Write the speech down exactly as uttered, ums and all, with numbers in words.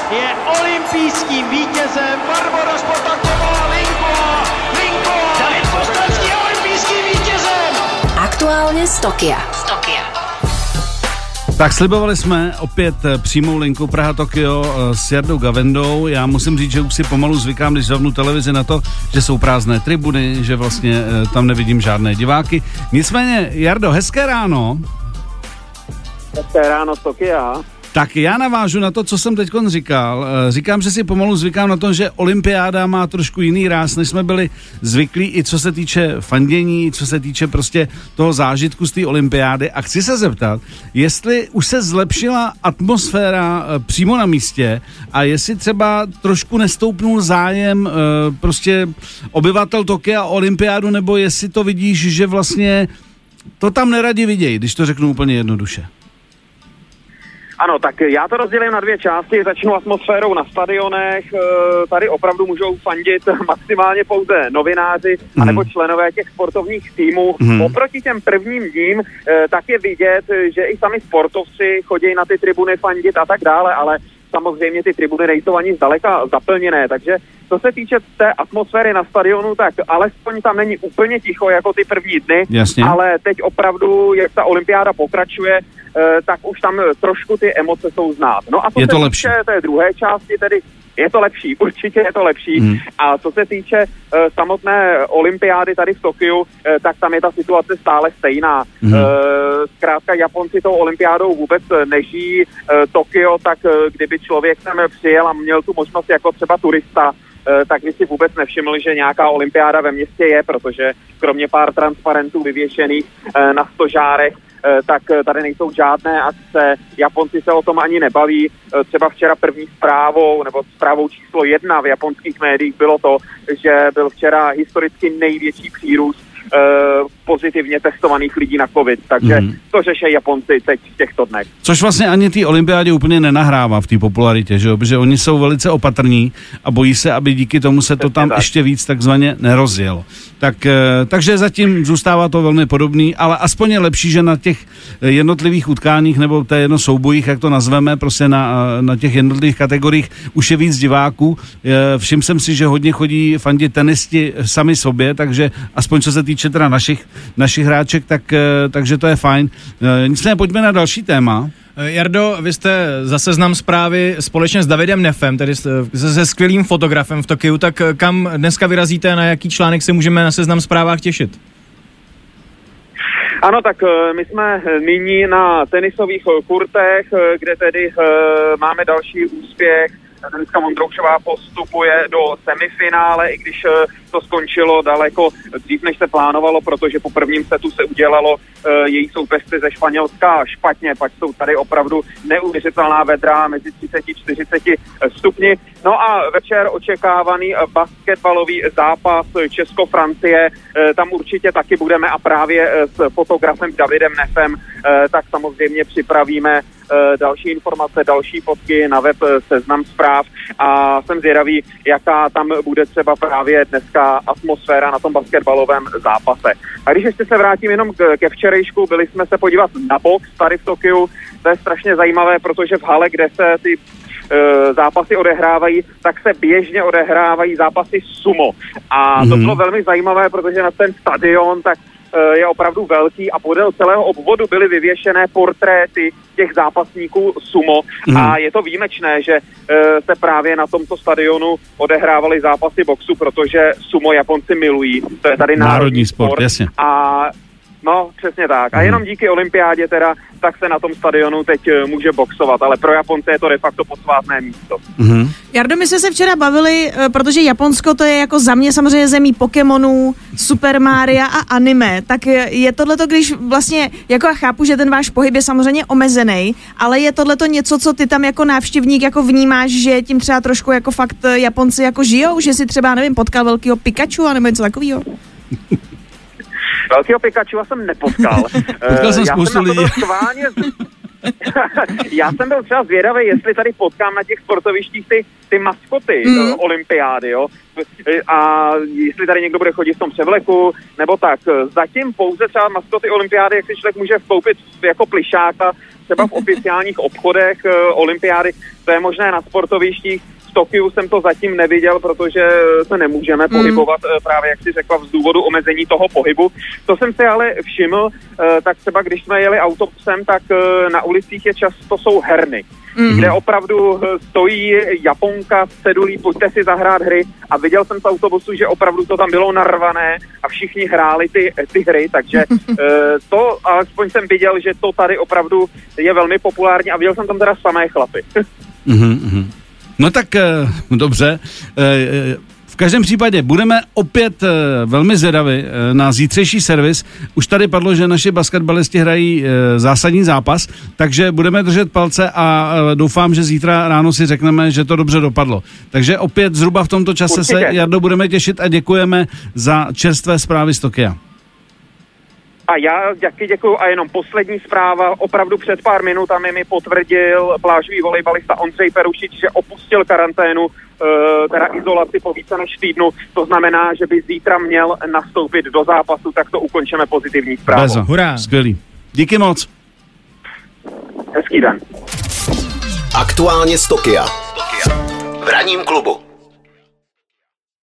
je olympijským vítězem. Barboros Potaková, Linková, Linková, David Kostrovský je olympijským vítězem. Aktuálně z Tokia. Z Tokia. Tak slibovali jsme opět přímou linku Praha-Tokio s Jardou Gavendou. Já musím říct, že už si pomalu zvykám, když zavnu televizi, na to, že jsou prázdné tribuny, že vlastně tam nevidím žádné diváky. Nicméně, Jardo, hezké ráno. Hezké ráno z Tokia. Tak já navážu na to, co jsem teďkon říkal. Říkám, že si pomalu zvykám na to, že olympiáda má trošku jiný ráz, než jsme byli zvyklí, i co se týče fandění, co se týče prostě toho zážitku z té olympiády. A chci se zeptat, jestli už se zlepšila atmosféra přímo na místě a jestli třeba trošku nestoupnul zájem prostě obyvatel Tokia o olympiádu, nebo jestli to vidíš, že vlastně to tam neradi vidějí, když to řeknu úplně jednoduše. Ano, tak já to rozdělím na dvě části. Začnu atmosférou na stadionech. Tady opravdu můžou fandit maximálně pouze novináři mm. anebo členové těch sportovních týmů. Mm. Oproti těm prvním dním tak je vidět, že i sami sportovci chodí na ty tribuny fandit a tak dále, ale samozřejmě ty tribuny nejsou ani zdaleka zaplněné, takže co se týče té atmosféry na stadionu, tak alespoň tam není úplně ticho jako ty první dny, Jasně. ale teď opravdu, jak ta olympiáda pokračuje, tak už tam trošku ty emoce jsou znát. No a co je se to týče lepší. té druhé části, tedy je to lepší, určitě je to lepší. Hmm. A co se týče uh, samotné olympiády tady v Tokiu, uh, tak tam je ta situace stále stejná. Hmm. Uh, zkrátka Japonci tou olympiádou vůbec nežijí. Uh, Tokio, tak uh, kdyby člověk tam přijel a měl tu možnost jako třeba turista, uh, tak by si vůbec nevšiml, že nějaká olympiáda ve městě je, protože kromě pár transparentů vyvěšených uh, na stožárech, tak tady nejsou žádné akce, Japonci se o tom ani nebaví. Třeba včera první zprávou, nebo zprávou číslo jedna v japonských médiích bylo to, že byl včera historicky největší přírůst Uh, pozitivně testovaných lidí na covid, takže mm. to řeší Japonci teď v těchto dnech. Což vlastně ani té olympiádě úplně nenahrává v té popularitě, že jo? Protože oni jsou velice opatrní a bojí se, aby díky tomu se to tam tak. ještě víc takzvaně nerozjelo. Tak, takže zatím zůstává to velmi podobný, ale aspoň je lepší, že na těch jednotlivých utkáních nebo té jedno soubojích, jak to nazveme, prostě na, na těch jednotlivých kategoriích už je víc diváků. Všiml jsem si, že hodně chodí fandit tenisti sami sobě, takže aspoň co se týče teda našich, našich hráček, tak, takže to je fajn. Nicméně pojďme na další téma. Jardo, vy jste za Seznam Zprávy společně s Davidem Neffem, tedy se skvělým fotografem v Tokiu, tak kam dneska vyrazíte a na jaký článek se můžeme na Seznam Zprávách těšit? Ano, tak my jsme nyní na tenisových kurtech, kde tedy máme další úspěch. Dneska Vondroušová postupuje do semifinále, i když to skončilo daleko dřív, než se plánovalo, protože po prvním setu se udělalo její soupeřce ze Španělska špatně, pak jsou tady opravdu neuvěřitelná vedra mezi třicet a čtyřicet stupni. No a večer očekávaný basketbalový zápas Česko-Francie, tam určitě taky budeme a právě s fotografem Davidem Neffem, tak samozřejmě připravíme další informace, další fotky na web Seznam Zpráv a jsem zvědavý, jaká tam bude třeba právě dneska atmosféra na tom basketbalovém zápase. A když ještě se vrátím jenom ke včerejšku, byli jsme se podívat na box tady v Tokiu, to je strašně zajímavé, protože v hale, kde se ty zápasy odehrávají, tak se běžně odehrávají zápasy sumo. A to bylo velmi zajímavé, protože na ten stadion tak je opravdu velký a podél celého obvodu byly vyvěšené portréty těch zápasníků sumo mm. a je to výjimečné, že se právě na tomto stadionu odehrávaly zápasy boxu, protože sumo Japonci milují. To je tady národní, národní sport, sport jasně. A no, přesně tak. A jenom díky olympiádě teda, tak se na tom stadionu teď může boxovat, ale pro Japonce je to de facto posvátné místo. Mm-hmm. Jardo, my jsme se včera bavili, protože Japonsko to je jako za mě samozřejmě zemí Pokémonů, Super Maria a anime, tak je tohleto, když vlastně, jako já chápu, že ten váš pohyb je samozřejmě omezený, ale je tohleto něco, co ty tam jako návštěvník jako vnímáš, že tím třeba trošku jako fakt Japonci jako žijou, že si třeba, nevím, potkal velkýho Pikachu a nebo něco takového? Velkýho Pikachu jsem nepotkal. Potkal jsem spoustu lidí. Já jsem byl třeba zvědavý, jestli tady potkám na těch sportovištích ty, ty maskoty mm. olympiády, jo. A jestli tady někdo bude chodit v tom převleku, nebo tak. Zatím pouze třeba maskoty olympiády, jak si člověk může vkoupit jako plišáka, třeba v oficiálních obchodech olympiády, to je možné na sportovištích. V Tokiu jsem to zatím neviděl, protože se nemůžeme mm. pohybovat právě, jak si řekla, z důvodu omezení toho pohybu. To jsem si ale všiml, tak třeba když jsme jeli autobusem, tak na ulicích je často jsou herny, mm. kde opravdu stojí Japonka s cedulí, pojďte si zahrát hry, a viděl jsem z autobusu, že opravdu to tam bylo narvané a všichni hráli ty, ty hry, takže to alespoň jsem viděl, že to tady opravdu je velmi populární a viděl jsem tam teda samé chlapy. Mm-hmm. No tak dobře. V každém případě budeme opět velmi zvědaví na zítřejší servis. Už tady padlo, že naši basketbalisti hrají zásadní zápas, takže budeme držet palce a doufám, že zítra ráno si řekneme, že to dobře dopadlo. Takže opět zhruba v tomto čase Určitě. se, Jardo, budeme těšit a děkujeme za čerstvé zprávy z Tokia. A já taky děkuju a jenom poslední zpráva, opravdu před pár minutami mi potvrdil plážový volejbalista Ondřej Perušič, že opustil karanténu, teda izolaci po více než týdnu, to znamená, že by zítra měl nastoupit do zápasu, tak to ukončíme pozitivní zprávou. Bezo, hurá. Skvělý. Díky moc. Hezký den. Aktuálně z Tokia. V ranním klubu.